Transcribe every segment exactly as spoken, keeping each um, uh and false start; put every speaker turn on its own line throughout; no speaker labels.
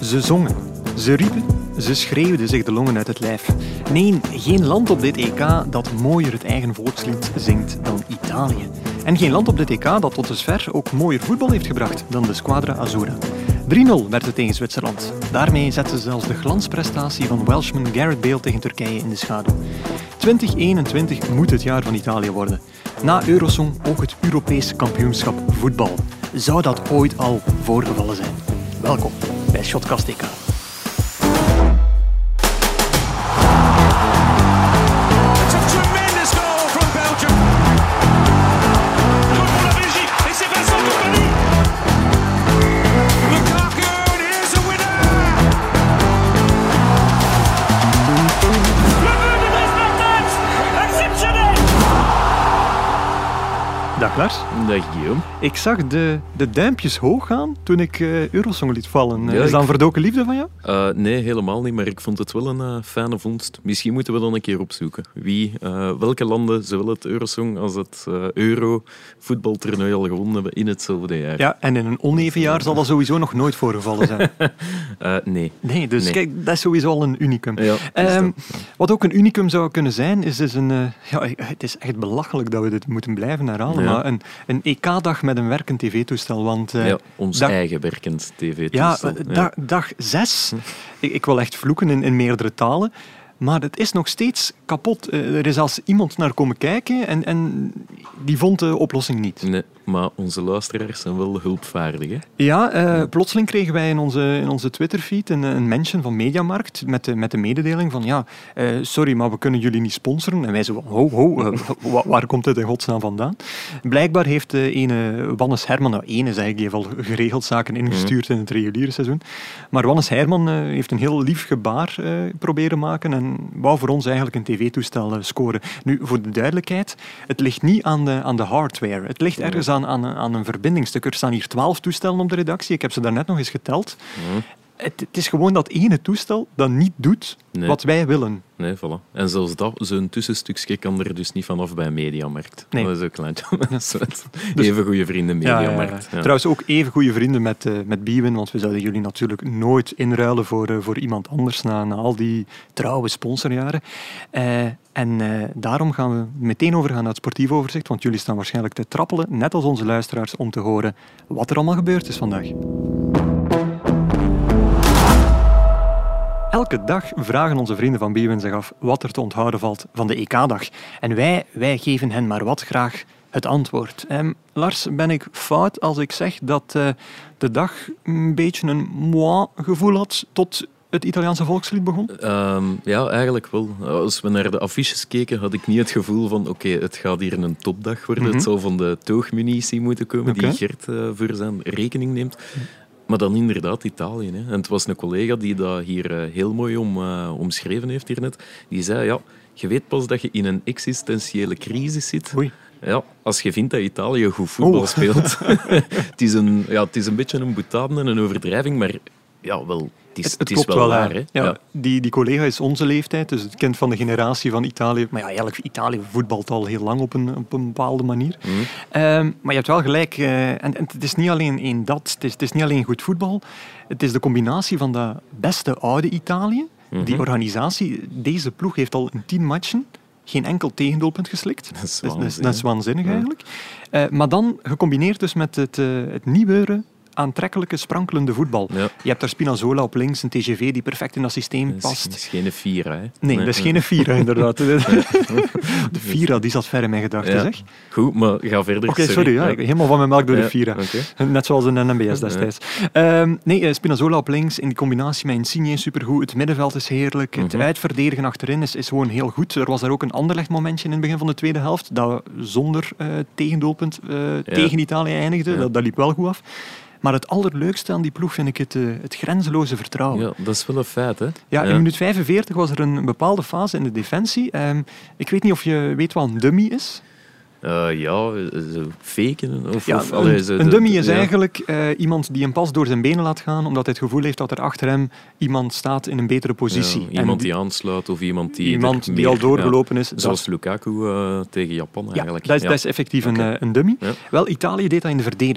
Ze zongen, ze riepen, ze schreeuwden zich de longen uit het lijf. Nee, geen land op dit E K dat mooier het eigen volkslied zingt dan Italië. En geen land op dit E K dat tot dusver ook mooier voetbal heeft gebracht dan de Squadra Azzurra. drie nul werd het tegen Zwitserland. Daarmee zetten ze zelfs de glansprestatie van Welshman Gareth Bale tegen Turkije in de schaduw. twintig eenentwintig moet het jaar van Italië worden. Na Eurosong ook het Europees kampioenschap voetbal. Zou dat ooit al voorgevallen zijn? Welkom bij Shotcast E K. Dag Lars.
Dag Guillaume.
Ik zag de, de duimpjes hoog gaan toen ik uh, Eurosong liet vallen.
Ja,
Is dat een
ik...
verdoken liefde van jou?
Uh, nee, helemaal niet, maar ik vond het wel een uh, fijne vondst. Misschien moeten we dan een keer opzoeken. Wie, uh, welke landen zowel het Eurosong als het uh, Euro-voetbaltoernooi al gewonnen hebben in hetzelfde jaar.
Ja, en in een oneven jaar zal dat sowieso nog nooit voorgevallen zijn.
uh, nee.
Nee, dus
nee.
Kijk, dat is sowieso al een unicum.
Ja,
um, wat ook een unicum zou kunnen zijn, is, is een... Uh, ja, het is echt belachelijk dat we dit moeten blijven herhalen,
ja.
maar een, een E K-dag met een werkend tv-toestel. Want, uh,
ja, ons
dag,
eigen werkend tv-toestel.
Ja, ja. Da, dag zes. Hm. Ik, ik wil echt vloeken in, in meerdere talen. Maar het is nog steeds kapot. Uh, er is zelfs iemand naar komen kijken en, en die vond de oplossing niet.
Nee, maar onze luisteraars zijn wel hulpvaardig, hè?
Ja, uh, ja. Plotseling kregen wij in onze, in onze Twitterfeed een, een mention van Mediamarkt met de, met de mededeling van ja, uh, sorry, maar we kunnen jullie niet sponsoren. En wij zo van, ho, ho, uh, waar, waar komt dit in godsnaam vandaan? Blijkbaar heeft de ene Wannes Herman, nou ene zeg ik, die heeft al geregeld zaken ingestuurd in het reguliere seizoen. Maar Wannes Herman uh, heeft een heel lief gebaar uh, proberen maken en wou voor ons eigenlijk een tv-toestel uh, scoren. Nu, voor de duidelijkheid, het ligt niet aan de, aan de hardware. Het ligt ergens aan, aan, aan een verbindingstuk. Er staan hier twaalf toestellen op de redactie. Ik heb ze daarnet nog eens geteld. Mm. Het, het is gewoon dat ene toestel dat niet doet nee. wat wij willen.
Nee, voilà. En zelfs dat, zo'n tussenstukje kan er dus niet vanaf bij Mediamarkt.
Nee.
Dat is ook klein. Even goede vrienden Mediamarkt.
Ja, ja, ja. Ja. Trouwens ook even goede vrienden met, uh, met Bwin, want we zouden jullie natuurlijk nooit inruilen voor, uh, voor iemand anders na, na al die trouwe sponsorjaren. Uh, en uh, daarom gaan we meteen overgaan naar het sportief overzicht, want jullie staan waarschijnlijk te trappelen, net als onze luisteraars, om te horen wat er allemaal gebeurd is vandaag. Elke dag vragen onze vrienden van Bwin zich af wat er te onthouden valt van de E K-dag. En wij, wij geven hen maar wat graag het antwoord. Um, Lars, ben ik fout als ik zeg dat uh, de dag een beetje een moi gevoel had tot het Italiaanse volkslied begon?
Um, ja, eigenlijk wel. Als we naar de affiches keken, had ik niet het gevoel van oké, okay, het gaat hier een topdag worden. Mm-hmm. Het zal van de toogmunitie moeten komen okay. die Gert uh, voor zijn rekening neemt. Maar dan inderdaad Italië. Hè. En het was een collega die dat hier uh, heel mooi om, uh, omschreven heeft hiernet. Die zei, ja, je weet pas dat je in een existentiële crisis zit.
Oei.
Ja, als je vindt dat Italië goed voetbal oh. speelt. het, is een, ja, het is een beetje een boutade en een overdrijving, maar ja, wel... Het is, het, het, het is wel waar. Hè?
Ja, ja. Die, die collega is onze leeftijd, dus het kind van de generatie van Italië. Maar ja, eigenlijk Italië voetbalt al heel lang op een, op een bepaalde manier. Mm. Um, maar je hebt wel gelijk. Uh, en, en het is niet alleen in dat, het is, het is niet alleen goed voetbal. Het is de combinatie van dat beste oude Italië. Mm-hmm. Die organisatie, deze ploeg heeft al in tien matchen geen enkel tegendoelpunt geslikt.
Dat is
waanzinnig, dat is, dat is waanzinnig eigenlijk. Uh, maar dan gecombineerd dus met het, uh, het nieuwere, aantrekkelijke, sprankelende voetbal. Ja. Je hebt daar Spinazzola op links, een T G V die perfect in dat systeem
dat
past.
Dat is geen Vira, hè?
Nee, nee, dat is geen Vira, inderdaad. De Vira, die zat ver in mijn gedachten, ja. zeg.
Goed, maar ga verder.
Oké, okay, sorry, ja, ja. helemaal van mijn melk door ja, de Vira. Okay. Net zoals in N M B S destijds. Ja. Um, nee, Spinazzola op links, in die combinatie met Insigne, supergoed. Het middenveld is heerlijk. Het mm-hmm. uitverdedigen achterin is, is gewoon heel goed. Er was daar ook een Anderlecht-momentje in het begin van de tweede helft, dat zonder uh, tegendoelpunt uh, ja. tegen Italië eindigde. Ja. Dat, dat liep wel goed af. Maar het allerleukste aan die ploeg vind ik het, uh, het grenzeloze vertrouwen.
Ja, dat is wel een feit, hè?
Ja, in ja. minuut vijfenveertig was er een bepaalde fase in de defensie. Um, ik weet niet of je weet wat een dummy is.
Uh, ja, zo faken. Of,
ja,
of,
een,
allee, zo,
een dummy is
ja.
eigenlijk uh, iemand die een pas door zijn benen laat gaan, omdat hij het gevoel heeft dat er achter hem iemand staat in een betere positie.
Ja, iemand
die,
die aansluit of iemand die...
Iemand die
meer,
al doorgelopen ja, is.
Zoals dat, Lukaku uh, tegen Japan eigenlijk.
Ja, dat is,
ja.
dat is effectief okay. een, een dummy. Ja. Wel, Italië deed dat in de verdediging.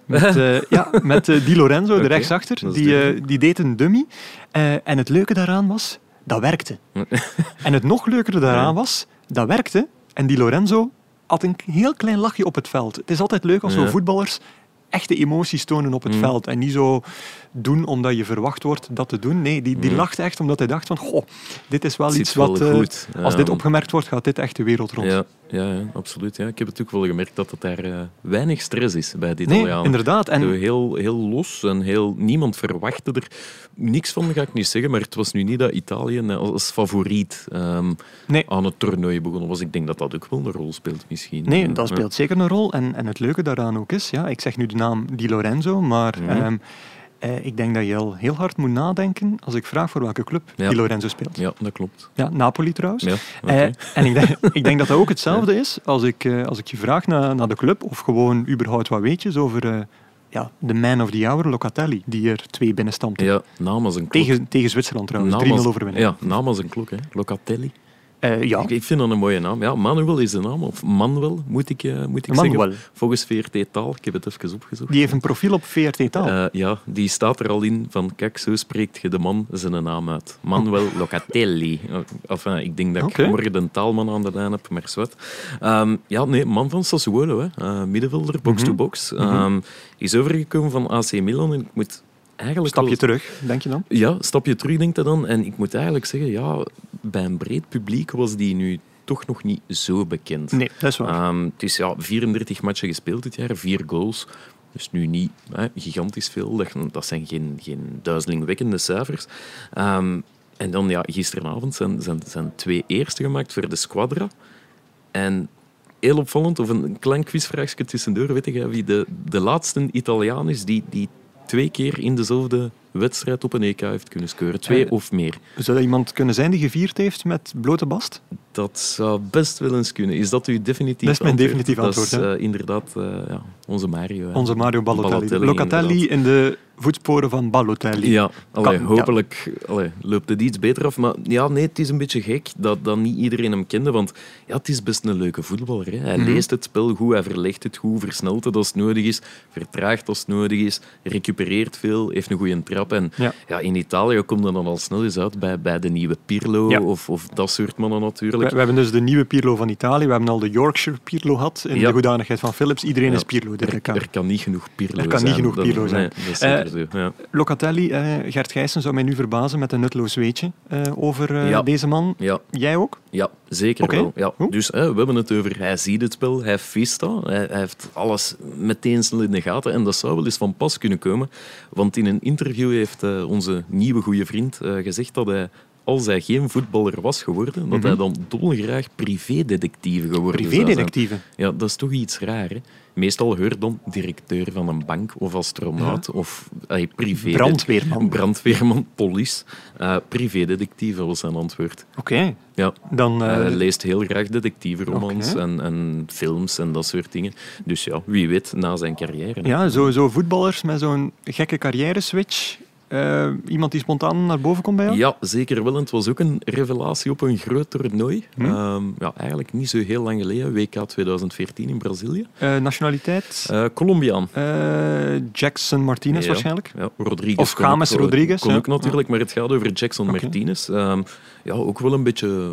Met, uh, ja, met uh, Di Lorenzo, de okay. rechtsachter. Die, uh, die deed een dummy. Uh, en het leuke daaraan was, dat werkte. En het nog leukere daaraan was, dat werkte. En Di Lorenzo had een heel klein lachje op het veld. Het is altijd leuk als ja. zo voetballers echte emoties tonen op het mm. veld. En niet zo doen omdat je verwacht wordt dat te doen. Nee, die, die mm. lacht echt omdat hij dacht van, goh, dit is wel iets wat... Uh, goed. Ja. Als dit opgemerkt wordt, gaat dit echt de wereld rond.
Ja, ja, ja absoluut. Ja. Ik heb het ook wel gemerkt dat het daar uh, weinig stress is bij de Italianen.
Nee, inderdaad. En...
Heel, heel los en heel... Niemand verwachtte er niks van, ga ik niet zeggen, maar het was nu niet dat Italië als favoriet um, nee. aan het toernooi begonnen was. Ik denk dat dat ook wel een rol speelt misschien.
Nee, dat speelt ja. zeker een rol. En, en het leuke daaraan ook is, ja, ik zeg nu de naam Di Lorenzo, maar... Mm. Um, Uh, ik denk dat je al heel hard moet nadenken als ik vraag voor welke club ja. Di Lorenzo speelt.
Ja, dat klopt.
Ja, Napoli trouwens.
Ja, okay.
uh, en ik denk, ik denk dat dat ook hetzelfde ja. is als ik, uh, als ik je vraag naar, naar de club of gewoon überhaupt wat weetjes over uh, ja, de man of the hour, Locatelli, die er twee binnenstampte.
Ja, naam als een klok.
Tegen, tegen Zwitserland trouwens, drie nul overwinning.
Ja, naam als een klok, hè. Locatelli.
Uh, ja.
ik, ik vind dat een mooie naam. Ja, Manuel is de naam, of Manuel moet ik, uh, moet ik
Manuel.
zeggen. Volgens V R T Taal, ik heb het even opgezocht.
Die heeft een profiel op V R T Taal?
Uh, ja, die staat er al in van, kijk, zo spreekt je de man zijn naam uit. Manuel oh. Locatelli. Enfin, ik denk dat okay. ik morgen een taalman aan de lijn heb, maar zwart. Um, ja, nee, man van Sassuolo, hè. Uh, middenvelder, box-to-box. Mm-hmm. Um, mm-hmm. Is overgekomen van A C Milan en ik moet... Eigenlijk
stapje
wel...
terug, denk je dan?
Ja, stapje terug, denk je dan. En ik moet eigenlijk zeggen, ja, bij een breed publiek was die nu toch nog niet zo bekend.
Nee, dat is waar.
Um, het is ja, vierendertig matchen gespeeld dit jaar, vier goals. Dus nu niet hè, gigantisch veel. Dat, dat zijn geen, geen duizelingwekkende cijfers. Um, en dan ja, gisteravond zijn, zijn, zijn twee eerste gemaakt voor de Squadra. En... heel opvallend, of een klein quizvraagje tussendoor, weet je wie de, de laatste Italiaan is die... die twee keer in dezelfde wedstrijd op een E K heeft kunnen scoren. Twee uh, of meer.
Zou dat iemand kunnen zijn die gevierd heeft met blote bast?
Dat zou best wel eens kunnen. Is dat uw definitief
antwoord? Dat is mijn
antwoord?
definitief antwoord.
Dat is uh, inderdaad uh, ja, onze Mario.
Onze Mario Balotelli. Balotelli Locatelli in de voetsporen van Balotelli.
Ja, allee, hopelijk ja. allee, loopt het iets beter af. Maar ja, nee, het is een beetje gek dat, dat niet iedereen hem kende. Want ja, het is best een leuke voetballer. Hè. Hij mm-hmm. leest het spel goed, hij verlegt het goed, versnelt het als het nodig is, vertraagt als het nodig is, recupereert veel, heeft een goede trap. En ja. Ja, in Italië komt dat dan al snel eens uit bij, bij de nieuwe Pirlo ja. of, of dat soort mannen natuurlijk.
We, we hebben dus de nieuwe Pirlo van Italië. We hebben al de Yorkshire Pirlo gehad in ja. de goedanigheid van Philips. Iedereen ja. is Pirlo. Dit
er, er kan niet genoeg Pirlo
er kan
zijn.
Niet genoeg Pirlo
dat,
zijn.
Nee, dat is zeker
uh,
zo. Ja.
Locatelli, uh, Gert Gijssen zou mij nu verbazen met een nutteloos weetje uh, over uh,
ja.
deze man.
Ja.
Jij ook?
Ja, zeker
okay.
wel. Ja. Dus uh, we hebben het over, hij ziet het spel, hij vist dat, hij, hij heeft alles meteen snel in de gaten en dat zou wel eens van pas kunnen komen. Want in een interview heeft uh, onze nieuwe goede vriend uh, gezegd dat hij, als hij geen voetballer was geworden, dat mm-hmm. hij dan dolgraag privédetectieve geworden zou zijn.
Privédetectieve?
Ja, dat is toch iets raar, hè? Meestal hoor dan directeur van een bank of astronaut ja. of ay, privé...
Brandweerman.
Brandweerman, police. Uh, privédetectieve was zijn antwoord.
Oké. Okay.
Ja.
Dan, uh...
Hij leest heel graag detectiveromans
okay.
en, en films en dat soort dingen. Dus ja, wie weet, na zijn carrière.
Ja, zo, zo voetballers met zo'n gekke carrière-switch... Uh, iemand die spontaan naar boven komt bij jou?
Ja, zeker wel. En het was ook een revelatie op een groot toernooi. Hm? Um, ja, eigenlijk niet zo heel lang geleden. W K twintig veertien in Brazilië.
Uh, nationaliteit?
Uh, Colombiaan.
Uh, Jackson Martinez
ja,
waarschenlijk?
Ja, Rodriguez.
Of James
kon
Rodriguez.
Kon
ja.
ook natuurlijk, maar het gaat over Jackson okay. Martinez. Um, ja, ook wel een beetje...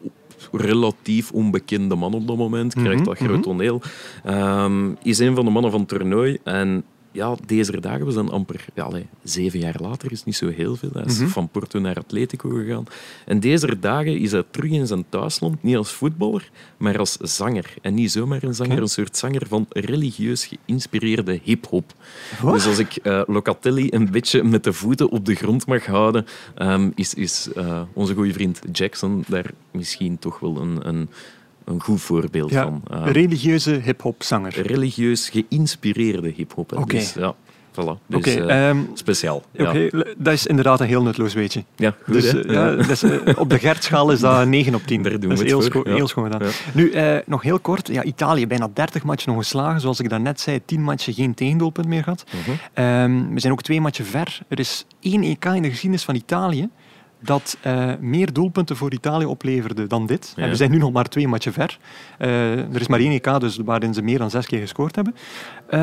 relatief onbekende man op dat moment. Krijgt mm-hmm, dat groot toneel. Um, is een van de mannen van het toernooi. En ja, deze dagen, we zijn amper... Ja, allee, zeven jaar later is niet zo heel veel. Hij is mm-hmm. van Porto naar Atletico gegaan. En deze dagen is hij terug in zijn thuisland. Niet als voetballer, maar als zanger. En niet zomaar een zanger, okay. een soort zanger van religieus geïnspireerde hip-hop. Dus als ik uh, Locatelli een beetje met de voeten op de grond mag houden, um, is, is uh, onze goede vriend Jackson daar misschien toch wel een... een Een goed voorbeeld
ja,
van. Uh,
religieuze hip-hopzanger.
Religieus geïnspireerde hip-hop.
Oké.
Dus, ja, voilà. Dus,
okay,
uh,
um,
speciaal.
Okay, ja. Dat is inderdaad een heel nutloos weetje.
Ja, goed,
dus, uh, ja. Ja, dus, uh, op de Gertschaal is dat negen op tien.
Daar doen
dat is
we
heel,
het
scho-
voor, ja.
heel schoon gedaan.
Ja.
Nu, uh, nog heel kort. Ja, Italië, bijna dertig matchen nog geslagen. Zoals ik daarnet zei, tien matchen geen tegendoelpunt meer gehad. Uh-huh. Um, we zijn ook twee matchen ver. Er is één E K in de geschiedenis van Italië dat uh, meer doelpunten voor Italië opleverde dan dit. Ja. En we zijn nu nog maar twee matchen ver. Uh, er is maar één E K dus waarin ze meer dan zes keer gescoord hebben. Um,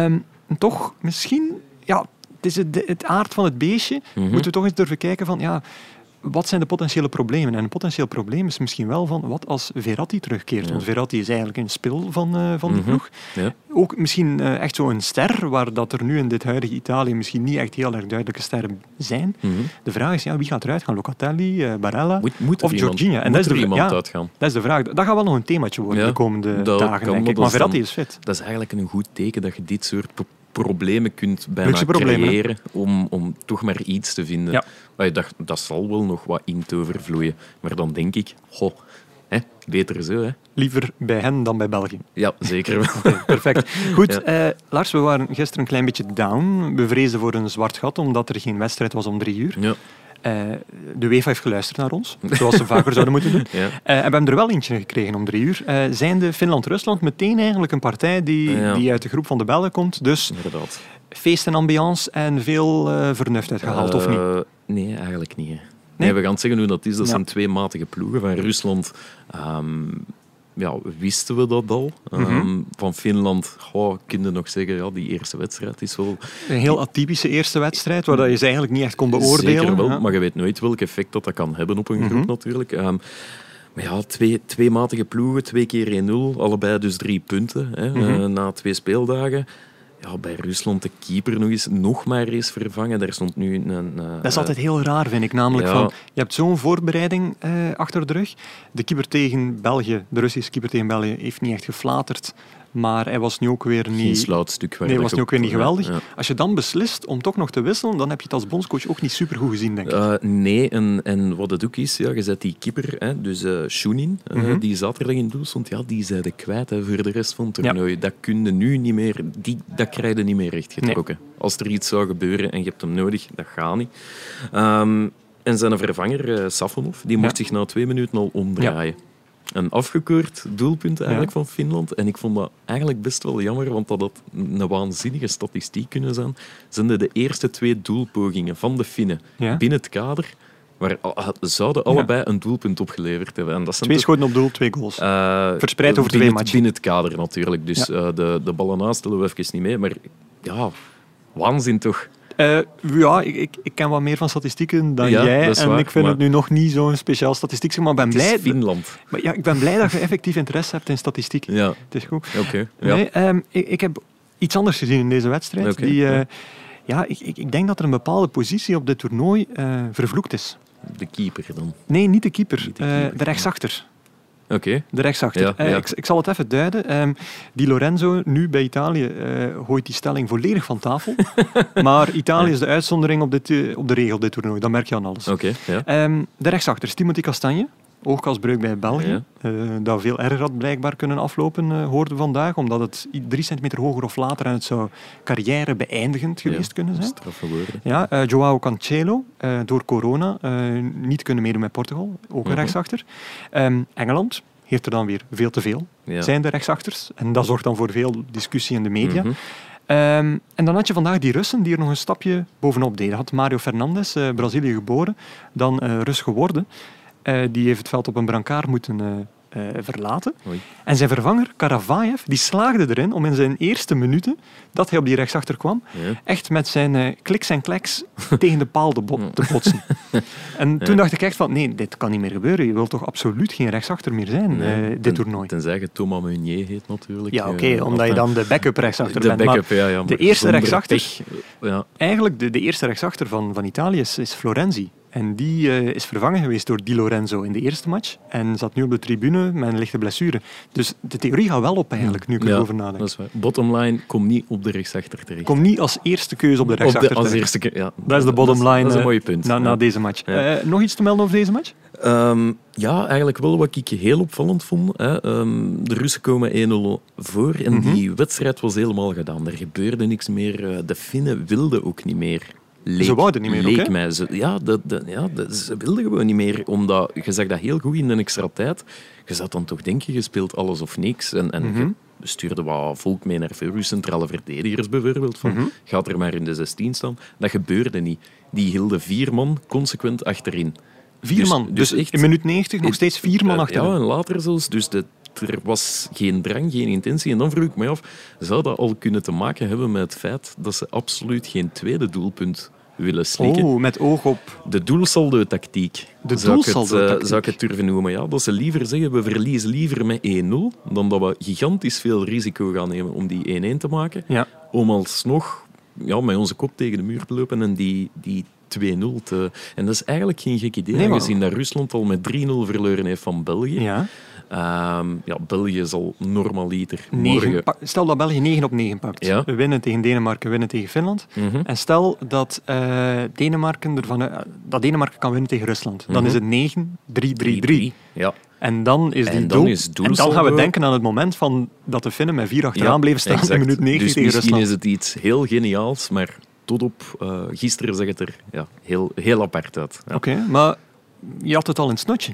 toch misschien... Ja, het is het, het aard van het beestje.
Mm-hmm.
Moeten we toch eens durven kijken van... Ja, wat zijn de potentiële problemen? En een potentieel probleem is misschien wel van wat als Verratti terugkeert.
Ja.
Want Verratti is eigenlijk een spil van, uh, van de
Mm-hmm.
ploeg.
Ja.
Ook misschien uh, echt zo'n ster, waar dat er nu in dit huidige Italië misschien niet echt heel erg duidelijke sterren zijn.
Mm-hmm.
De vraag is, ja, wie gaat eruit gaan? Locatelli, uh, Barella
Moet, moet er
of
iemand,
Jorginho? En
moet
dat is,
er
de,
iemand
ja,
uitgaan?
dat is de vraag. Dat gaat wel nog een themaatje worden
Ja,
de komende
dat
dagen,
kan,
denk ik.
dat
Maar
is
Verratti
dan-
is fit.
Dat is eigenlijk een goed teken dat je dit soort pro- problemen kunt bijna
Luxe problemen, hè?
creëren om, om toch maar iets te vinden.
Ja.
Allee, Dat, dat zal wel nog wat in te overvloeien. Maar dan denk ik, goh, hè, beter zo. Hè.
Liever bij hen dan bij België.
Ja, zeker wel.
Okay, perfect. Goed,
Ja.
eh, Lars, we waren gisteren een klein beetje down. We vreesden voor een zwart gat, omdat er geen wedstrijd was om drie uur.
Ja.
Uh, de UEFA heeft geluisterd naar ons, zoals ze vaker zouden moeten doen.
Ja.
Uh, en we hebben er wel eentje gekregen om drie uur. Uh, zijnde Finland-Rusland meteen eigenlijk een partij die,
Ja.
die uit de groep van de Belgen komt. Dus
Inderdaad.
feest en ambiance en veel uh, vernuft uitgehaald, of niet?
Uh, nee, eigenlijk niet. Hè. Nee? nee, we gaan het zeggen hoe dat is. Dat
Ja.
zijn twee matige ploegen. Van Rusland um, ja, wisten we dat al. Um,
Mhm.
Van Finland goh, kun je nog zeggen, ja, die eerste wedstrijd is wel...
Een heel atypische eerste wedstrijd, waar je ze eigenlijk niet echt kon beoordelen.
Zeker wel,
Ja.
maar je weet nooit welk effect dat, dat kan hebben op een groep
Mhm.
natuurlijk. Um, maar ja, twee, twee matige ploegen, twee keer één nul, allebei dus drie punten hè,
Mhm.
uh, na twee speeldagen. Ja, bij Rusland de keeper nog eens, nog maar eens vervangen. Daar stond nu een... een
Dat is altijd heel raar, vind ik. Namelijk
Ja.
van, je hebt zo'n voorbereiding uh, achter de rug. De keeper tegen België, de Russische keeper tegen België, heeft niet echt geflaterd. Maar hij was nu ook weer
geen
niet...
sluitstuk. waar
Nee,
dat
was
je
nu ook weer
op-
niet geweldig.
Ja, ja.
Als je dan beslist om toch nog te wisselen, dan heb je het als bondscoach ook niet supergoed gezien, denk ik.
Uh, nee, en, en wat het ook is, ja, je zet die keeper, hè, dus uh, Shunin, uh,
Mhm.
die zaterdag in doel stond, ja, die zijn de kwijt hè, voor de rest van het toernooi. Dat kun je nu niet meer, die, dat krijg je niet meer recht getrokken. Als er iets zou gebeuren en je hebt hem nodig, dat gaat niet. Um, en zijn vervanger, uh, Safonov, die mocht
Ja.
zich na twee minuten al omdraaien. Een afgekeurd doelpunt eigenlijk
Ja.
van Finland. En ik vond dat eigenlijk best wel jammer, want dat had een waanzinnige statistiek kunnen zijn. Zijn de eerste twee doelpogingen van de Finnen
Ja.
binnen het kader, waar zouden allebei een doelpunt opgeleverd hebben. En dat zijn
Twee
toch,
schoten op doel, twee goals.
uh,
Verspreid over
binnen,
twee matchen.
Binnen het kader natuurlijk. Dus
Ja.
uh, de, de ballen naast stellen we even niet mee. Maar ja, waanzin toch.
Uh, ja, ik, ik, ik ken wat meer van statistieken dan
Ja,
jij.
dat is
En
waar,
ik vind
maar-
het nu nog niet zo'n speciaal statistiek. Maar ik ben,
Het
blij,
is Finland.
maar ja, ik ben blij dat je effectief interesse hebt in statistiek.
Ja,
Het is goed.
oké. Ja.
Nee, um, ik, ik heb iets anders gezien in deze wedstrijd.
Oké,
die, uh,
ja.
ja, ik, ik, ik denk dat er een bepaalde positie op dit toernooi uh, vervloekt is.
De keeper dan.
Nee, niet de keeper.
Niet de
Uh,
keeper,
de rechtsachter.
Oké.
De rechtsachter.
Ja,
Uh,
ja.
ik, ik zal het even duiden. Um, Di Lorenzo, nu bij Italië, uh, gooit die stelling volledig van tafel. Maar Italië is de uitzondering op, dit, uh, op de regel, dit toernooi. Dat merk je aan alles.
Oké, ja.
Um, de rechtsachter, Timothy Castagne. Oogkasbreuk bij België.
Ja.
Uh, dat veel erger had blijkbaar kunnen aflopen, uh, hoorden we vandaag. Omdat het i- drie centimeter hoger of later en het zou carrière beëindigend geweest
Ja,
kunnen zijn.
straffe woorden.
Ja, uh, Joao Cancelo, uh, door corona uh, niet kunnen meedoen met Portugal. Ook een
Mhm.
rechtsachter. Um, Engeland heeft er dan weer veel te veel.
Ja.
Zijn de rechtsachters. En dat zorgt dan voor veel discussie in de media.
Mhm.
Um, en dan had je vandaag die Russen die er nog een stapje bovenop deden. Had Mario Fernandes, uh, Brazilië geboren, dan uh, Rus geworden. Uh, die heeft het veld op een brancard moeten uh, uh, verlaten.
Oei.
En zijn vervanger, Karavaev, die slaagde erin om in zijn eerste minuten dat hij op die rechtsachter kwam,
Ja.
echt met zijn uh, kliks en kleks tegen de paal te, bo- te botsen. En toen
Ja.
dacht ik echt van, nee, dit kan niet meer gebeuren. Je wilt toch absoluut geen rechtsachter meer zijn,
Nee,
uh, dit
ten-
toernooi.
Tenzij je Thomas Meunier heet natuurlijk.
Ja, oké,
Eh,
omdat je
enfin,
dan de backup rechtsachter
de
bent.
backup,
Maar
ja, ja.
de
maar
eerste
zonder
rechtsachter-
pech, ja.
eigenlijk, de, de eerste rechtsachter van, van Italië is, is Florenzi. En die uh, is vervangen geweest door Di Lorenzo in de eerste match. En zat nu op de tribune met een lichte blessure. Dus de theorie gaat wel op eigenlijk, nu ik
Ja,
erover nadenk.
dat is waar. Bottom line, kom niet op de rechtsachter terecht.
Kom niet als eerste keuze op de
Op
rechtsachter
de, als
terecht.
eerste keer, ja.
Dat is de bottom line.
Dat is een
eh,
mooi punt.
Na, na
Ja.
deze match.
Ja.
Uh, nog iets te melden over deze match?
Um, ja, eigenlijk wel wat ik heel opvallend vond. Hè. Um, de Russen komen één nul voor en
Mhm.
die wedstrijd was helemaal gedaan. Er gebeurde niks meer. Uh, De Finnen wilden ook niet meer. Leek,
Ze wouden niet meer,
leek
ook, hè?
mij. Ze, ja, de, de, ja de, ze wilden gewoon niet meer. Omdat, je zag dat heel goed in de extra tijd. Je zat dan toch denken, je speelt alles of niks. En, en
Mhm.
je stuurde wat volk mee naar veel centrale verdedigers bijvoorbeeld. Van,
Mhm.
gaat er maar in de zestien staan. Dat gebeurde niet. Die hielden vier man consequent achterin.
Vier
Dus-
man. Dus,
dus echt-
in minuut negentig nog steeds vier man
Uh,
achterin.
Ja, en later zelfs. Dus de er was geen drang, geen intentie. En dan vroeg ik me af, zou dat al kunnen te maken hebben met het feit dat ze absoluut geen tweede doelpunt willen slikken?
Oh, met oog op...
De doelsaldo-tactiek.
De
zou ik het,
doelsaldo-tactiek.
uh, zou ik het durven noemen, ja. Dat ze liever zeggen, we verliezen liever met één nul, dan dat we gigantisch veel risico gaan nemen om die één-één te maken.
Ja.
Om alsnog ja, met onze kop tegen de muur te lopen en die... die twee nul te... En dat is eigenlijk geen gek idee,
nee,
aangezien dat Rusland al met drie nul verloren heeft van België.
Ja.
Um, ja, België zal normaliter
negen,
morgen...
Stel dat België negen op negen pakt.
Ja.
We winnen tegen Denemarken, we winnen tegen Finland.
Mm-hmm.
En stel dat, uh, Denemarken ervan, uh, dat Denemarken kan winnen tegen Rusland. Dan mm-hmm. is het negen drie drie drie.
Ja.
En dan is die
en
doel...
dan is
en dan gaan we denken aan het moment van dat de Finnen met vier achteraan
ja,
bleven staan
exact.
in minuut negen
dus
tegen Rusland.
Misschien is het iets heel geniaals, maar tot op uh, gisteren zag het er ja, heel, heel apart uit. Ja.
Oké, okay, maar je had het al in het snotje.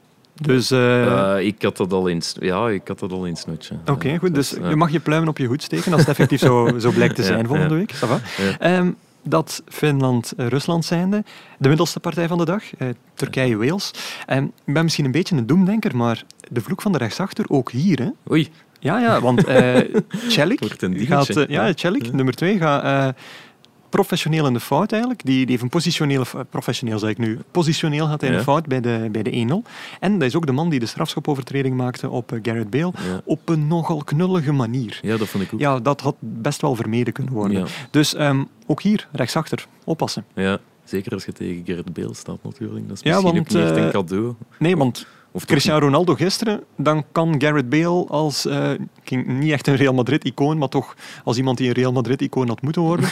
Dus, uh...
uh, ik had dat al in, ja, ik had dat al in het snotje.
Oké, okay,
ja,
goed. Dus
uh,
je mag je pluimen op je hoed steken als het effectief zo, zo blijkt te zijn ja, volgende
ja.
week. Ça va? Ja. Um, dat Finland-Rusland zijnde. De middelste partij van de dag, uh, Turkije-Wales. Um, ik ben misschien een beetje een doemdenker, maar de vloek van de rechtsachter ook hier. Hè?
Oei.
Ja, ja, want uh, Celik gaat... Uh, ja, Celik, ja. nummer twee, gaat... Uh, professioneel in de fout eigenlijk. Die, die heeft een positionele... Professioneel zeg ik nu. Positioneel gaat hij in
ja.
de fout bij de, bij de één nul. En dat is ook de man die de strafschopovertreding maakte op uh, Gareth Bale.
Ja.
Op een nogal knullige manier.
Ja, dat vond ik ook.
Ja, dat had best wel vermeden kunnen worden.
Ja.
Dus um, ook hier, rechtsachter, oppassen.
Ja, zeker als je tegen Gareth Bale staat natuurlijk. Dat is
ja,
misschien
want,
ook niet echt
uh,
een cadeau.
Nee, want... Of Cristiano Ronaldo gisteren, dan kan Gareth Bale als, uh, niet echt een Real Madrid-icoon, maar toch als iemand die een Real Madrid-icoon had moeten worden,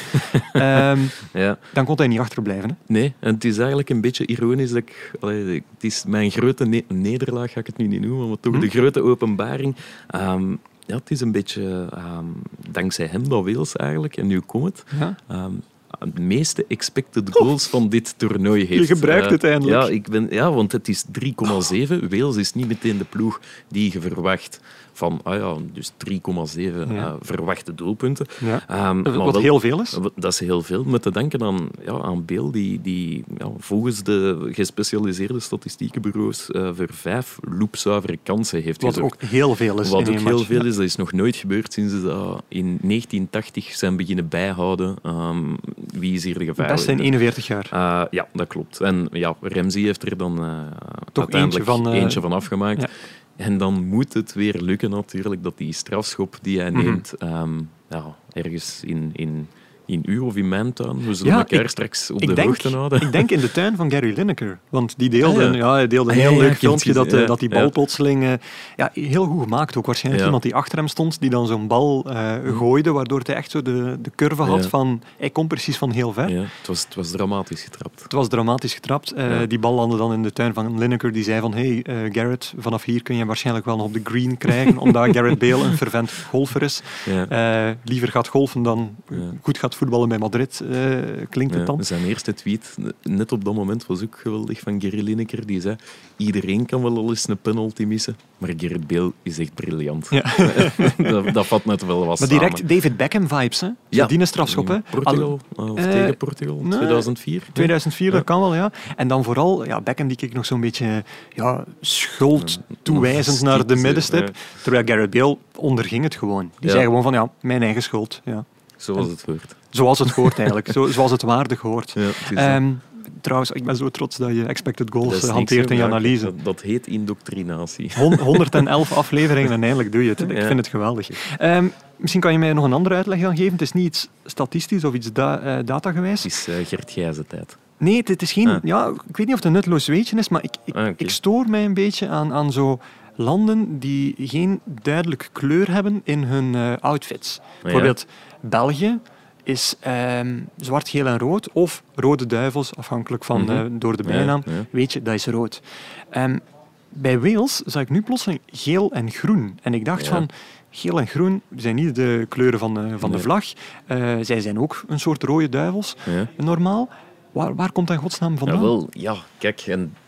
um,
ja.
dan kon hij niet achterblijven. Hè?
Nee, en het is eigenlijk een beetje ironisch dat ik... Allee, het is mijn grote ne- nederlaag, ga ik het nu niet noemen, maar toch hm? de grote openbaring. Um, ja, het is een beetje um, dankzij hem dat Wales eigenlijk, en nu komt het...
Ja.
Um, de meeste expected goals oh. van dit toernooi heeft.
Je gebruikt uh, het eindelijk.
Ja, ik ben, ja, want het is drie komma zeven. Wales is niet meteen de ploeg die je verwacht van, ah ja, dus drie komma zeven ja. uh, verwachte doelpunten.
Ja. Um, Wat wel, heel veel is.
Dat is heel veel. Met te denken aan, ja, aan Bale, die, die ja, volgens de gespecialiseerde statistiekenbureaus uh, voor vijf loopzuivere kansen heeft
Wat
gezorgd.
ook heel veel is.
Wat ook heel
match.
veel is. Dat is nog nooit gebeurd sinds ze dat in negentien tachtig zijn beginnen bijhouden. Um, wie is hier de gevaar?
Best in eenenveertig jaar.
Uh, ja, dat klopt. En ja, Ramsey heeft er dan uh,
toch
uiteindelijk
eentje van, uh,
eentje van afgemaakt.
Ja.
En dan moet het weer lukken natuurlijk dat die strafschop die hij neemt mm-hmm. um, ja, ergens in, in, in uw of in mijn tuin, we zullen ja, elkaar ik, straks op de
denk,
hoogte houden.
Ik denk in de tuin van Gary Lineker. Want die deelde, ah, ja. Ja, hij deelde een
ah,
heel
ja,
leuk
ja,
filmpje dat,
ja.
dat die bal ja. plotseling... Uh, ja, heel goed gemaakt ook. Waarschijnlijk ja. iemand die achter hem stond, die dan zo'n bal uh, gooide, waardoor hij echt zo de, de curve had ja. van... Hij komt precies van heel ver.
Ja, het, was, het was dramatisch getrapt.
Het was dramatisch getrapt. Uh, ja. Die bal landde dan in de tuin van Lineker. Die zei van, hey uh, Gareth, vanaf hier kun je waarschijnlijk wel nog op de green krijgen, omdat Gareth Bale een fervent golfer is. Ja. Uh, liever gaat golfen dan ja. goed gaat voetballen bij Madrid, uh, klinkt het dan.
Ja, zijn eerste tweet, net op dat moment, was ook geweldig van Gary Lineker. Die zei, iedereen kan wel al eens een penalty missen, maar Gareth Bale is echt briljant. Ja. dat, dat vat net wel wat
maar
samen.
direct David Beckham-vibes, hè?
Ja.
Die strafschop, hè?
Portugal, Al, of uh, tegen Portugal, nee, tweeduizend vier.
tweeduizend vier, ja. Dat kan wel, ja. En dan vooral, ja, Beckham die keek nog zo'n beetje ja, schuld toewijzend naar de middenstip, ja. Terwijl Gareth Bale onderging het gewoon. Die ja. zei gewoon van, ja, mijn eigen schuld. Ja.
Zoals het hoort.
Zoals het hoort, eigenlijk. Zo, zoals het waardig hoort.
Ja,
um, trouwens, ik ben zo trots dat je expected goals hanteert in je analyse.
Dat, dat heet indoctrinatie.
honderdelf afleveringen en eindelijk doe je het. Ik
ja.
vind het geweldig. Um, misschien kan je mij nog een andere uitleg gaan geven. Het is niet iets statistisch of iets da- uh, datagewijs.
Het is uh, Gert Gijzen tijd.
Nee, het is geen... Ah. Ja, ik weet niet of het een nutteloos weetje is, maar ik, ik,
ah, okay.
ik stoor mij een beetje aan, aan zo landen die geen duidelijke kleur hebben in hun uh, outfits. Ja. Bijvoorbeeld België is um, zwart, geel en rood, of Rode Duivels, afhankelijk van mm-hmm. uh, door de bijnaam. Ja, ja. Weet je, dat is rood. Um, bij Wales zag ik nu plotseling geel en groen. En ik dacht ja. van... Geel en groen zijn niet de kleuren van de, van nee. de vlag. Uh, zij zijn ook een soort rode duivels, ja. normaal. Waar, waar komt dat in godsnaam vandaan?
Ja, wel, ja, kijk, en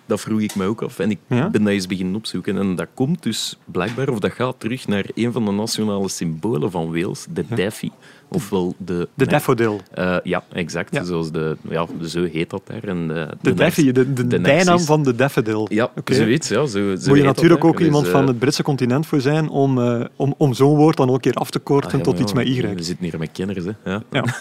dat vroeg ik me ook af. En ik
Ja?
ben dat eens beginnen opzoeken. En dat komt dus blijkbaar, of dat gaat terug naar een van de nationale symbolen van Wales, de
Ja.
Daffy. Ofwel de...
De daffodil.
Uh, ja, exact.
Ja.
Zoals de, ja, zo heet dat daar. En, uh,
De,
de
Daffy, de, de,
de
bijnaam
narcis.
van de daffodil.
Ja,
Oké.
zoiets. Ja, zo, zo
Moet
heet
je
dat
natuurlijk
daar.
ook iemand
Dus,
van
uh,
het Britse continent voor zijn om, uh, om, om zo'n woord dan ook een keer af te korten
ah, ja,
tot
maar
iets
ja,
met Y.
We zitten hier met kenners. Hè. Ja.
Ja.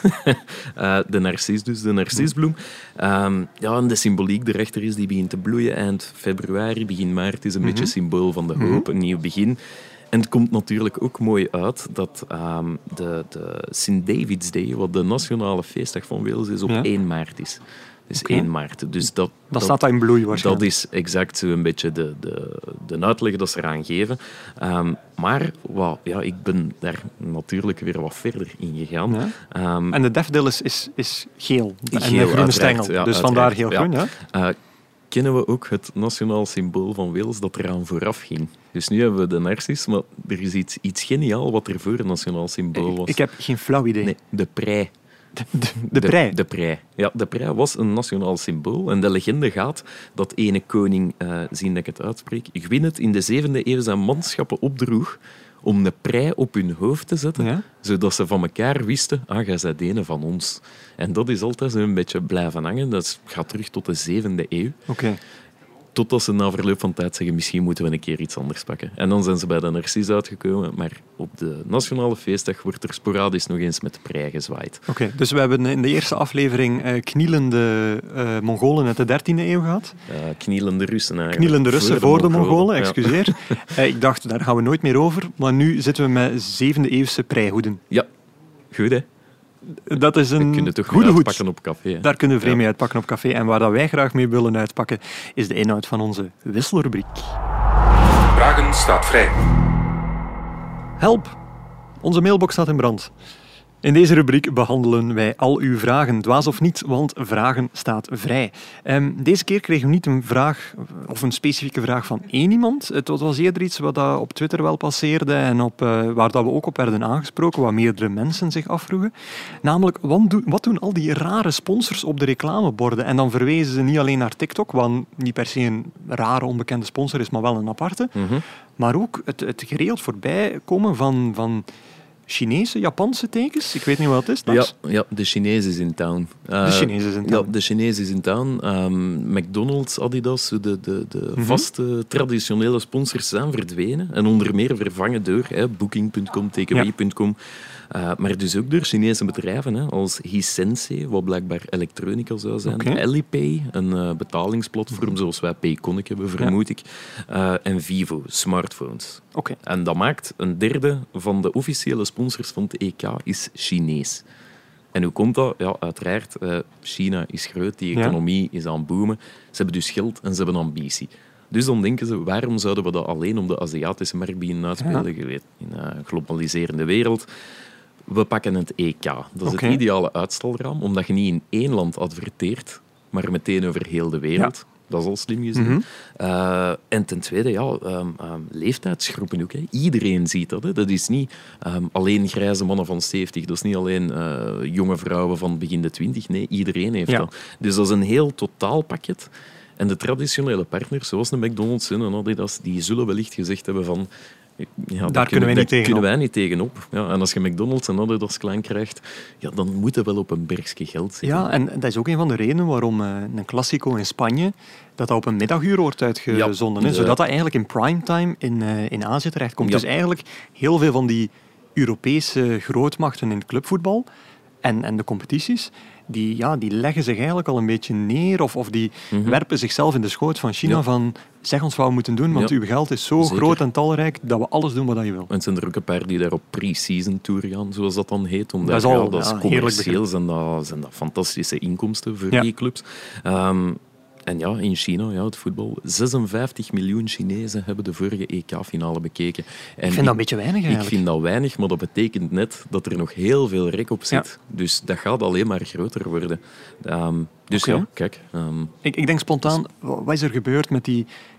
uh, de narcis dus, de narcisbloem. Um, ja, en de symboliek erachter is, die begint te bloeien eind februari, begin maart. Is een
Mhm.
beetje symbool van de hoop, een nieuw begin. En het komt natuurlijk ook mooi uit dat um, de, de Saint David's Day, wat de nationale feestdag van Wales is, op
Ja.
één maart is. Dus
Oké.
één maart. Dus dat,
Dan staat dat in bloei waarschijnlijk.
dat is exact zo een beetje de, de, de uitleg dat ze eraan geven. Um, maar wow, ja, ik ben daar natuurlijk weer wat verder in gegaan.
Ja.
Um,
En de daffodil is, is, is geel. En
Geel,
een groene
uiteraard,
stengel.
ja,
dus vandaar
uiteraard,
heel
ja.
groen. Ja?
uh, kennen we ook het nationaal symbool van Wales dat eraan vooraf ging. Dus nu hebben we de narcis, maar er is iets, iets geniaal wat er voor een nationaal symbool was.
Ik, ik heb geen flauw idee.
Nee, de prei.
De, de, de prei.
De, de prei. Ja, de prei was een nationaal symbool. En de legende gaat dat ene koning, uh, zien dat ik het uitspreek, Gwyneth in de zevende eeuw zijn manschappen opdroeg om de prei op hun hoofd te zetten,
Ja?
zodat ze van elkaar wisten, ah, jij bent een van ons. En dat is altijd zo een beetje blijven hangen. Dat gaat terug tot de zevende eeuw.
Oké. Okay.
Totdat ze na verloop van tijd zeggen, misschien moeten we een keer iets anders pakken. En dan zijn ze bij de narcis uitgekomen, maar op de nationale feestdag wordt er sporadisch nog eens met de prei gezwaaid.
Oké, okay, dus we hebben in de eerste aflevering uh, knielende uh, Mongolen uit de dertiende eeuw gehad.
Uh, knielende Russen eigenlijk.
Knielende Russen voor de, voor de Mongolen, Mongolen,
ja.
excuseer. uh, ik dacht, daar gaan we nooit meer over, maar nu zitten we met zevende eeuwse preihoeden.
Ja, goed hè.
Dat is een
kunnen toch
goede hoed.
Uitpakken op café. Hè?
Daar kunnen we vreemd
ja.
mee uitpakken op café. En waar dat wij graag mee willen uitpakken, is de inhoud van onze wisselrubriek.
Vragen staat vrij.
Help! Onze mailbox staat in brand. In deze rubriek behandelen wij al uw vragen, dwaas of niet, want vragen staat vrij. Um, deze keer kregen we niet een vraag, of een specifieke vraag van één iemand. Het was eerder iets wat dat op Twitter wel passeerde en op, uh, waar dat we ook op werden aangesproken, waar meerdere mensen zich afvroegen. Namelijk, wat doen, wat doen al die rare sponsors op de reclameborden? En dan verwezen ze niet alleen naar TikTok, wat niet per se een rare, onbekende sponsor is, maar wel een aparte.
Mm-hmm.
Maar ook het, het geregeld voorbij komen van... van Chinese, Japanse tekens? Ik weet niet wat het is.
Ja, ja, de Chinees is in town. Uh,
de Chinees is in town.
Ja, de Chinees is in town. Um, McDonald's, Adidas, de, de, de mm-hmm. vaste traditionele sponsors zijn verdwenen. En onder meer vervangen door hè, Booking punt com, Takeaway punt com. Uh, maar dus ook door Chinese bedrijven, hè, als Hisense, wat blijkbaar elektronica zou zijn.
Okay.
Alipay, een uh, betalingsplatform zoals wij Payconic hebben, vermoed ja. ik. Uh, en Vivo, smartphones.
Okay.
En dat maakt een derde van de officiële sponsors van het E K is Chinees. En hoe komt dat? Ja, uiteraard, uh, China is groot, die economie ja. is aan het boomen. Ze hebben dus geld en ze hebben ambitie. Dus dan denken ze, waarom zouden we dat alleen op de Aziatische markt beginnen uitspelen? Ja. In een globaliserende wereld. We pakken het E K. Dat is okay. het ideale uitstalraam, omdat je niet in één land adverteert, maar meteen over heel de wereld. Ja. Dat is al slim gezien. Mm-hmm. Uh, en ten tweede, ja, um, um, leeftijdsgroepen ook. Hè. Iedereen ziet dat. Hè. Dat is niet um, alleen grijze mannen van zeventig. Dat is niet alleen uh, jonge vrouwen van begin de twintig. Nee, iedereen heeft ja. dat. Dus dat is een heel totaalpakket. En de traditionele partners, zoals de McDonald's en Adidas, die zullen wellicht gezegd hebben van... Ja,
daar kunnen wij niet tegenop.
kunnen wij niet tegenop. Ja, en als je McDonald's en Adidas klein krijgt, ja, dan moet je wel op een bergje geld zitten.
Ja, en dat is ook een van de redenen waarom uh, een Classico in Spanje dat dat op een middaguur wordt uitgezonden. Ja, de... Zodat dat eigenlijk in primetime in, uh, in Azië terechtkomt. Ja. Dus eigenlijk heel veel van die Europese grootmachten in het clubvoetbal en, en de competities, die, ja, die leggen zich eigenlijk al een beetje neer of, of die mm-hmm. werpen zichzelf in de schoot van China ja. van zeg ons wat we moeten doen, want ja. uw geld is zo Zeker. groot en talrijk dat we alles doen wat je wil.
En het zijn er ook een paar die daar op pre-season tour gaan, zoals dat dan heet. Omdat
dat is, al,
ja, dat is
ja,
commercieel zijn dat, zijn dat fantastische inkomsten voor ja. die clubs. Um, En ja, in China, ja, het voetbal, zesenvijftig miljoen Chinezen hebben de vorige E K-finale bekeken. En
ik vind dat een beetje weinig eigenlijk.
Ik vind dat weinig, maar dat betekent net dat er nog heel veel rek op zit. Ja. Dus dat gaat alleen maar groter worden. Um, dus okay. ja, kijk. Um,
ik, ik denk spontaan, dus... wat is er gebeurd met die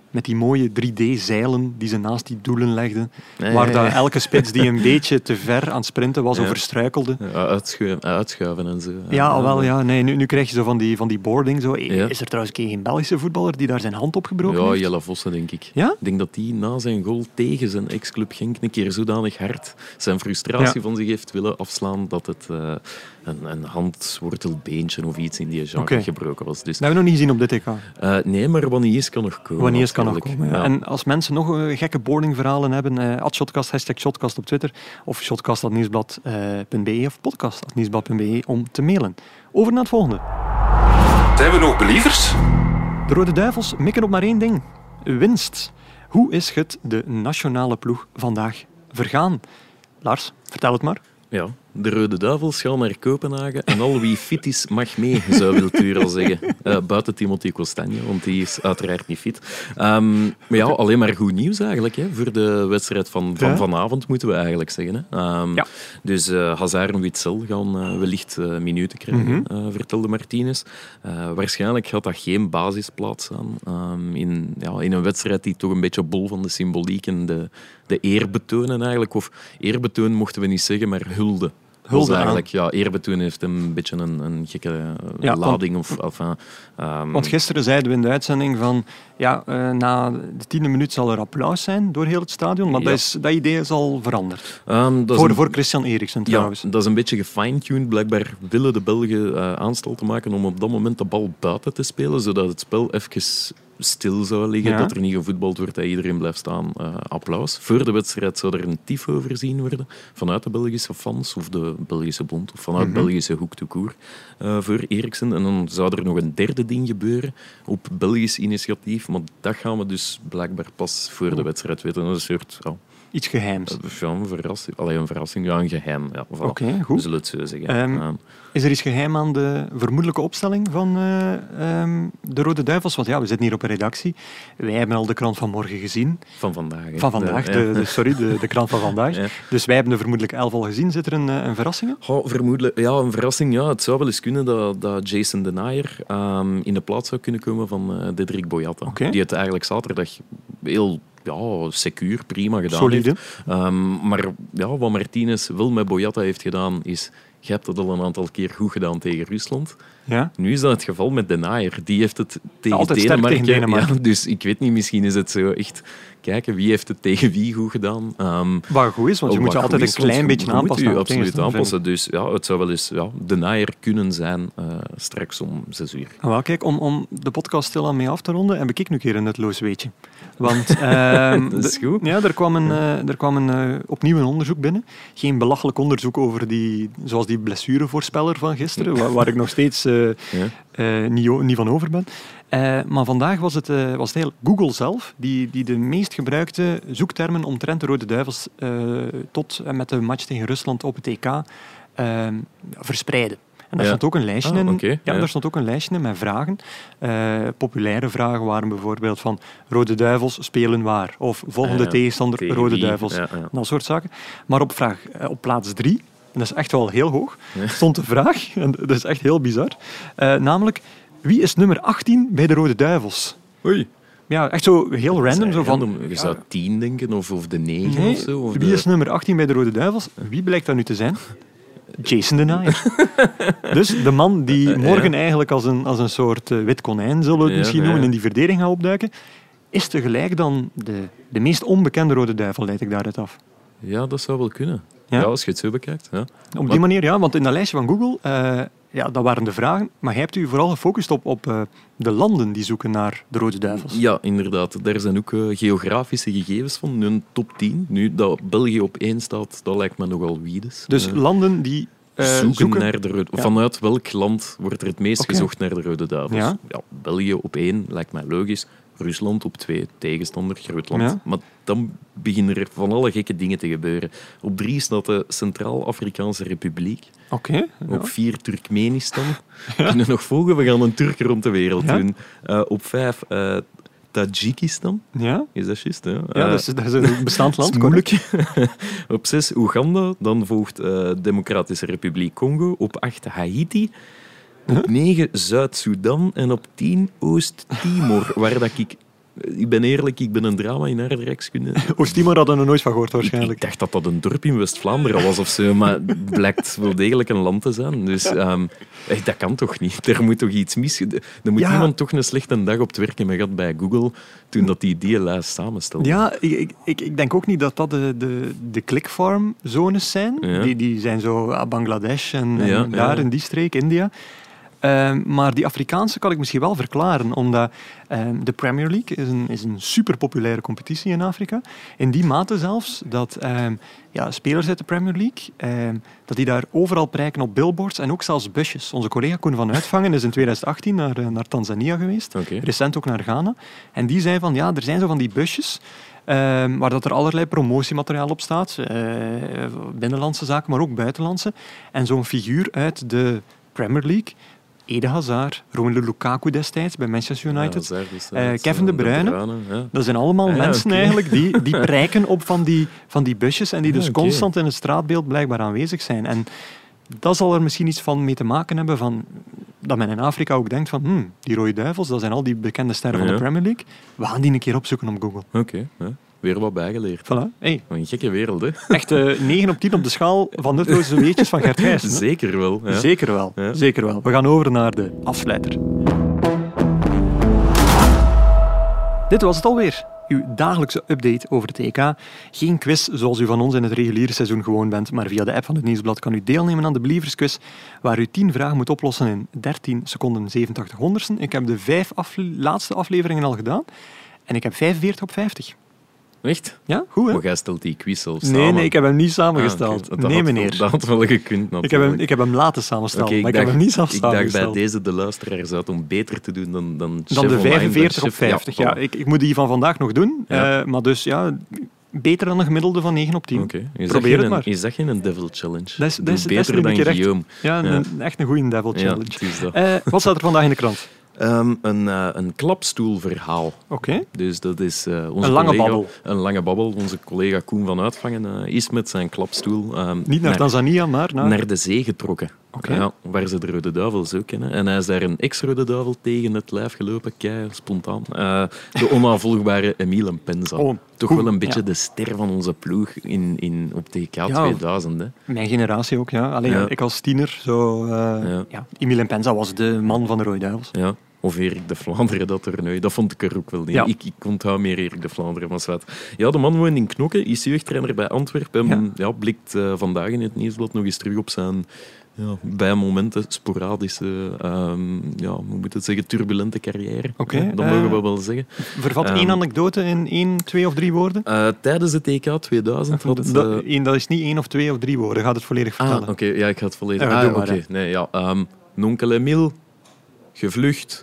met die mooie drie D-zeilen die ze naast die doelen legden,
Ja,
waar
ja, ja.
dat elke spits die een beetje te ver aan het sprinten was
Ja.
of verstruikelde.
Ja, uitschuiven, uitschuiven en zo.
Ja, al wel, ja. Nee, nu, nu krijg je zo van die, van die boarding. Zo.
Ja.
Is er trouwens geen Belgische voetballer die daar zijn hand opgebroken
Ja,
heeft?
Jelle Vossen, denk ik.
Ja?
Ik denk dat hij na zijn goal tegen zijn ex-club Genk een keer zodanig hard zijn frustratie
Ja.
van zich heeft willen afslaan dat het uh, een, een handwortelbeentje of iets in die genre
Oké.
gebroken was. Dus,
Dat hebben we nog niet gezien op dit E K.
uh, nee, maar wanneer is kan nog komen.
Wanneer kan nog
natuurlijk.
komen. Ja.
Ja.
En als mensen nog uh, gekke boardingverhalen hebben, uh, at shotcast, hashtag shotcast op Twitter of shotcast punt nieuwsblad punt be of podcast punt nieuwsblad punt be om te mailen. Over naar het volgende.
Zijn we nog believers?
De Rode Duivels mikken op maar één ding. Winst. Hoe is het de nationale ploeg vandaag vergaan? Lars, vertel het maar.
Ja, de Rode Duivels gaan naar Kopenhagen en al wie fit is mag mee, zou Wiltuur al zeggen. Uh, buiten Timothy Costagne, want die is uiteraard niet fit. Um, maar ja, alleen maar goed nieuws eigenlijk hè, voor de wedstrijd van, van
Ja.
vanavond, moeten we eigenlijk zeggen. Hè. Um,
Ja.
Dus uh, Hazard en Witsel gaan uh, wellicht uh, minuten krijgen,
Mhm.
uh, vertelde Martinez. Uh, waarschijnlijk gaat dat geen basisplaats zijn um, in, ja, in een wedstrijd die toch een beetje bol van de symboliek en de, de eerbetonen eigenlijk. Of eerbetoon mochten we niet zeggen, maar hulde.
Hulde
Was eigenlijk, ja, eerbetoon heeft een beetje een, een gekke uh,
Ja,
lading. Of, of, uh, um,
Want gisteren zeiden we in de uitzending van ja, uh, na de tiende minuut zal er applaus zijn door heel het stadion, maar
Ja.
dat, is, dat idee is al veranderd.
um, dat is
Voor,
een-
voor Christian Eriksen trouwens.
Ja, dat is een beetje gefine-tuned. Blijkbaar willen de Belgen uh, aanstal te maken om op dat moment de bal buiten te spelen, zodat het spel even stil zou liggen,
Ja.
dat er niet gevoetbald wordt, dat iedereen blijft staan. Uh, applaus. Voor de wedstrijd zou er een tifo voorzien worden vanuit de Belgische fans of de Belgische bond of vanuit
Mhm.
Belgische hoek to koer uh, voor Eriksen. En dan zou er nog een derde ding gebeuren op Belgisch initiatief, maar dat gaan we dus blijkbaar pas voor de wedstrijd weten. Dat is een soort... Oh,
Iets geheims.
ja, een verrassing. Allee, een verrassing, ja, een geheim. Ja, voilà.
Oké,
We
goed.
zullen het zo zeggen.
Ehm,
Ja.
Is er iets geheim aan de vermoedelijke opstelling van uh, um, de Rode Duivels? Want ja, we zitten hier op een redactie. Wij hebben al de krant van morgen gezien.
Van vandaag. hè.
Van vandaag,
Ja,
de,
ja.
de, sorry, de, de krant van vandaag.
Ja.
Dus wij hebben de vermoedelijke elf al gezien. Zit er een, uh, een verrassing in?
Goh, vermoedelijk, ja, een verrassing. Ja, het zou wel eens kunnen dat, dat Jason Denayer um, in de plaats zou kunnen komen van uh, Dedrick Boyata.
Oké.
Die het eigenlijk zaterdag heel ja, secuur, prima gedaan
Solide.
heeft. Um, maar ja, wat Martinez wel met Boyata heeft gedaan, is... Je hebt dat al een aantal keer goed gedaan tegen Rusland.
Ja.
Nu is dat het geval met Denayer. Die heeft het tegen
Altijd sterk
Denemarken.
tegen Denemarken.
Ja, dus ik weet niet, misschien is het zo echt... Kijken, wie heeft het tegen wie goed gedaan? Um,
Wat goed is, want je
Oh,
moet je
wat
altijd
goed
een
is,
klein
want
beetje
je
aanpassen.
moet je
aan het
absoluut
tegenstander,
aanpassen. Dus ja, het zou wel eens ja, de naaier kunnen zijn uh, straks om zes uur.
Ah, wel, kijk, om, om de podcast stilaan mee af te ronden, heb ik nu een keer een nutloos weetje. Want ehm,
Dat is
de-
goed.
Ja, er kwam, een, uh, er kwam een, uh, opnieuw een onderzoek binnen. Geen belachelijk onderzoek over die, zoals die blessurevoorspeller van gisteren, waar, waar ik nog steeds uh,
Ja.
uh, niet, o- niet van over ben. Uh, maar vandaag was het, uh, was het heel Google zelf die, die de meest gebruikte zoektermen omtrent de Rode Duivels uh, tot en met de match tegen Rusland op het E K uh, verspreidde. En daar
Ja.
stond ook een lijstje
Ah,
in.
oké,
ja,
ja.
daar stond ook een lijstje in met vragen. Uh, populaire vragen waren bijvoorbeeld van Rode Duivels spelen waar? Of volgende
Ja,
tegenstander
tegen
Rode
wie?
Duivels.
Ja, ja.
Dat soort zaken. Maar op, vraag, uh, op plaats drie, en dat is echt wel heel hoog,
Ja.
stond de vraag, en dat is echt heel bizar, uh, namelijk wie is nummer achttien bij de Rode Duivels?
Oei.
Ja, echt zo heel random. Zo van,
Random. Je zou
ja,
tien denken, of, of de negen
nee,
of zo. Of
wie
de...
is nummer achttien bij de Rode Duivels? Wie blijkt dat nu te zijn? Jason Denayer. Dus de man die morgen eigenlijk als een, als een soort uh, wit konijn, zullen we het
Ja,
misschien
ja.
noemen, in die verdediging gaat opduiken, is tegelijk dan de, de meest onbekende Rode Duivel, leid ik daaruit af.
Ja, dat zou wel kunnen.
Ja.
Ja, als je het zo bekijkt. Ja.
Op die manier, ja, want in dat lijstje van Google, uh, ja, dat waren de vragen, maar jij hebt u vooral gefocust op, op uh, de landen die zoeken naar de Rode Duivels.
Ja, inderdaad. Daar zijn ook uh, geografische gegevens van. Een top tien. Nu, dat België op één staat, dat lijkt me nogal wiedes.
Dus
Uh,
landen die uh,
zoeken,
zoeken...
naar de Rode...
Ja.
Vanuit welk land wordt er het meest
Oké.
gezocht naar de Rode Duivels?
Ja.
Ja, België op één, lijkt mij logisch. Rusland op twee, tegenstander, Grootland.
Ja.
Maar dan beginnen er van alle gekke dingen te gebeuren. Op drie staat de Centraal-Afrikaanse Republiek.
Oké. Ja.
Op vier Turkmenistan. We kunnen nog volgen, we gaan een Turk rond de wereld
Ja.
doen. Uh, op vijf uh, Tajikistan.
Ja,
Is dat juist? Hè?
ja
Uh,
dat, is, dat is een bestaand land.
dat is moeilijk. Op zes Oeganda. Dan volgt uh, Democratische Republiek Congo. Op acht Haiti. Op negen Zuid-Soedan. En op tien Oost-Timor. Waar dat ik Ik ben eerlijk, ik ben een drama in aardrijkskunde.
Oost-Timor hadden we er nooit van gehoord waarschijnlijk.
Ik dacht dat dat een dorp in West-Vlaanderen was of zo, maar het blijkt wel degelijk een land te zijn. Dus um, dat kan toch niet? Er moet toch iets mis... Er moet ja. iemand toch een slechte dag op het werk hebben gehad bij Google toen dat die die lijst samenstelde.
Ja, ik, ik, ik denk ook niet dat dat de, de, de clickfarm-zones zijn. Ja. Die, die zijn zo ah, Bangladesh en, en ja, daar ja. in die streek, India. Uh, maar die Afrikaanse kan ik misschien wel verklaren, omdat uh, de Premier League is een, is een superpopulaire competitie in Afrika. In die mate zelfs dat uh, ja, spelers uit de Premier League, uh, dat die daar overal prijken op billboards en ook zelfs busjes. Onze collega Koen van Uitvangen is in twintig achttien naar, uh, naar Tanzania geweest, okay. recent ook naar Ghana. En die zei van, ja, er zijn zo van die busjes Uh, waar dat er allerlei promotiemateriaal op staat. Uh, binnenlandse zaken, maar ook buitenlandse. En zo'n figuur uit de Premier League... Eden Hazard, Romelu Lukaku destijds bij Manchester United, ja, dus, uh, Kevin De Bruyne. De Bruyne ja. Dat zijn allemaal ah, ja, mensen okay. eigenlijk die, die prijken op van die, van die busjes en die dus ja, okay. constant in het straatbeeld blijkbaar aanwezig zijn. En dat zal er misschien iets van mee te maken hebben van, dat men in Afrika ook denkt van hmm, die Rode Duivels, dat zijn al die bekende sterren ja. van de Premier League. We gaan die een keer opzoeken op Google.
Oké, okay, ja. Weer wat bijgeleerd.
Voilà. Hey.
Een gekke wereld, hè?
Echt uh, negen op tien op de schaal van nutloze weetjes van Gert Gijssen.
Zeker wel. Ja.
Zeker wel. Ja. Zeker wel. We gaan over naar de afsluiter. Dit was het alweer. Uw dagelijkse update over het E K. Geen quiz zoals u van ons in het reguliere seizoen gewoon bent, maar via de app van het Nieuwsblad kan u deelnemen aan de Believersquiz, waar u tien vragen moet oplossen in dertien seconden zevenentachtig honderdsten. Ik heb de vijf afle- laatste afleveringen al gedaan en ik heb vijfenveertig op vijftig.
Echt?
Ja, goed hè?
Maar jij stelt die quiz zelf samen?
Nee, nee, ik heb hem niet samengesteld.
Ah, okay.
Nee, meneer.
Dat had wel gekund, natuurlijk.
Ik heb hem, ik heb hem laten samenstellen, okay, maar ik
dacht,
heb hem niet zelf
ik
samengesteld.
Ik dacht bij deze de luisteraars uit om beter te doen dan Dan,
dan de vijfenveertig op vijftig, ja. ja. Ik, ik moet die van vandaag nog doen, ja. uh, maar dus ja... Beter dan een gemiddelde van negen op tien.
Okay.
Probeer het
een,
maar.
Is dat geen devil challenge?
Dat is, dat is,
beter
dat is
dan
echt,
Guillaume.
Ja, een, ja. echt een goede devil challenge.
Ja,
uh, wat staat er vandaag in de krant?
Um, een, uh, een klapstoelverhaal.
Oké. Okay.
Dus dat is uh, onze
een lange
collega,
babbel.
Een lange babbel. Onze collega Koen van Uitvangen uh, is met zijn klapstoel... Um,
Niet naar, naar Tanzania, maar naar...
Naar de zee getrokken.
Okay.
Ja, waar ze de Rode Duivels ook kennen. En hij is daar een ex-Rode Duivel tegen het lijf gelopen, kei spontaan. Uh, de onafvolgbare Emile Mpenza. Oh, Toch goed. wel een beetje ja. de ster van onze ploeg in, in, op T K ja, tweeduizend. Hè.
Mijn generatie ook, ja. Alleen ja. ik als tiener, zo... Uh, ja. Ja, Emile Mpenza was de man van de Rode Duivels.
Ja. Of Erik de Vlaanderen, dat er nu. Dat vond ik er ook wel niet. Ja. Ik, ik onthoud meer Erik de Vlaanderen, maar zwart. Ja, de man woont in Knokke, is jeugdtrainer bij Antwerpen. Ja. Ja, blikt uh, vandaag in het Nieuwsblad nog eens terug op zijn... Ja, bij momenten sporadische, um, ja, hoe moet het zeggen, turbulente carrière.
Okay,
ja, dat uh, mogen we wel zeggen.
Vervat um, één anekdote in één, twee of drie woorden?
Uh, tijdens het E K tweeduizend had... Uh,
dat, één, dat is niet één of twee of drie woorden. Gaat het volledig vertellen?
Ah, Oké, okay, ja, ik ga het volledig...
Ja,
ah, oké, okay, nee, ja. Um, Nonkel Emile, gevlucht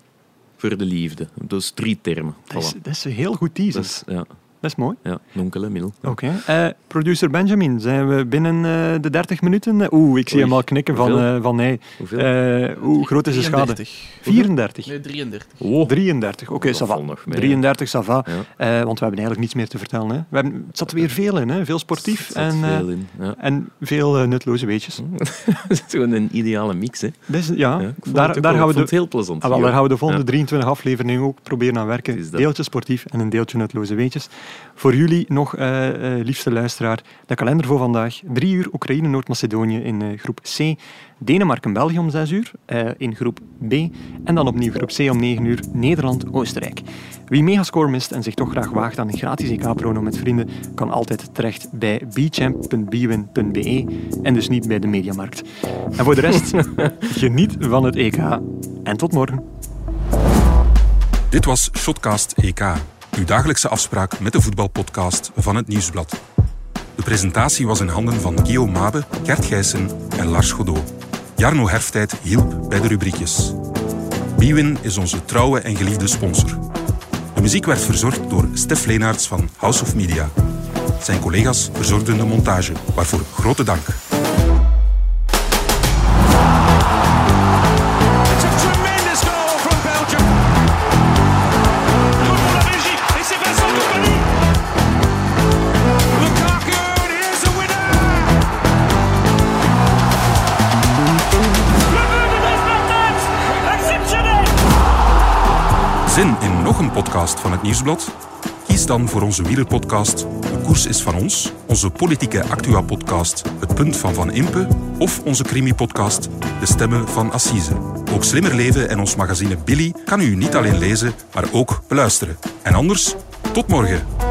voor de liefde. Dus drie termen.
Dat is, dat is een heel goed teaser.
Dat is, ja.
Dat is mooi.
Ja, Nonkel Emile.
Oké. Okay. Uh, producer Benjamin, zijn we binnen uh, de dertig minuten? Oeh, ik zie Oei. hem al knikken van, uh, van nee.
Hoeveel?
Uh, hoe groot is de schade? vierendertig.
Nee, drieëndertig.
Oh. drieëndertig, oké, okay, ça va. drieëndertig, ça va. Ja. Uh, want we hebben eigenlijk niets meer te vertellen. Hè. We hebben, het zat weer veel in, hè. Veel sportief en, uh,
veel in, ja.
en veel uh, nutloze weetjes.
Dat is gewoon een ideale mix, hè.
Dus, ja, ja daar, daar gaan we de,
heel plezant.
Ah, wel, daar gaan we de volgende ja. drieëntwintig afleveringen ook proberen aan werken. Deeltje sportief en een deeltje nutloze weetjes. Voor jullie nog, uh, uh, liefste luisteraar, de kalender voor vandaag. Drie uur Oekraïne, Noord-Macedonië in uh, groep C. Denemarken, België om zes uur uh, in groep B. En dan opnieuw groep C om negen uur, Nederland, Oostenrijk. Wie Megascore mist en zich toch graag waagt aan een gratis E K-prono met vrienden, kan altijd terecht bij bchamp punt bwin punt be en dus niet bij de Mediamarkt. En voor de rest, geniet van het E K en tot morgen.
Dit was Shotcast E K. Uw dagelijkse afspraak met de voetbalpodcast van het Nieuwsblad. De presentatie was in handen van Guillaume Mabe, Gert Gijssen en Lars Godot. Jarno Herftijd hielp bij de rubriekjes. Bwin is onze trouwe en geliefde sponsor. De muziek werd verzorgd door Stef Leenaerts van House of Media. Zijn collega's verzorgden de montage, waarvoor grote dank. Zin in nog een podcast van het Nieuwsblad? Kies dan voor onze wielerpodcast De Koers is van ons, onze politieke actua-podcast Het Punt van Van Impe of onze crimi-podcast De Stemmen van Assise. Ook Slimmer Leven en ons magazine Billy kan u niet alleen lezen, maar ook beluisteren. En anders, tot morgen.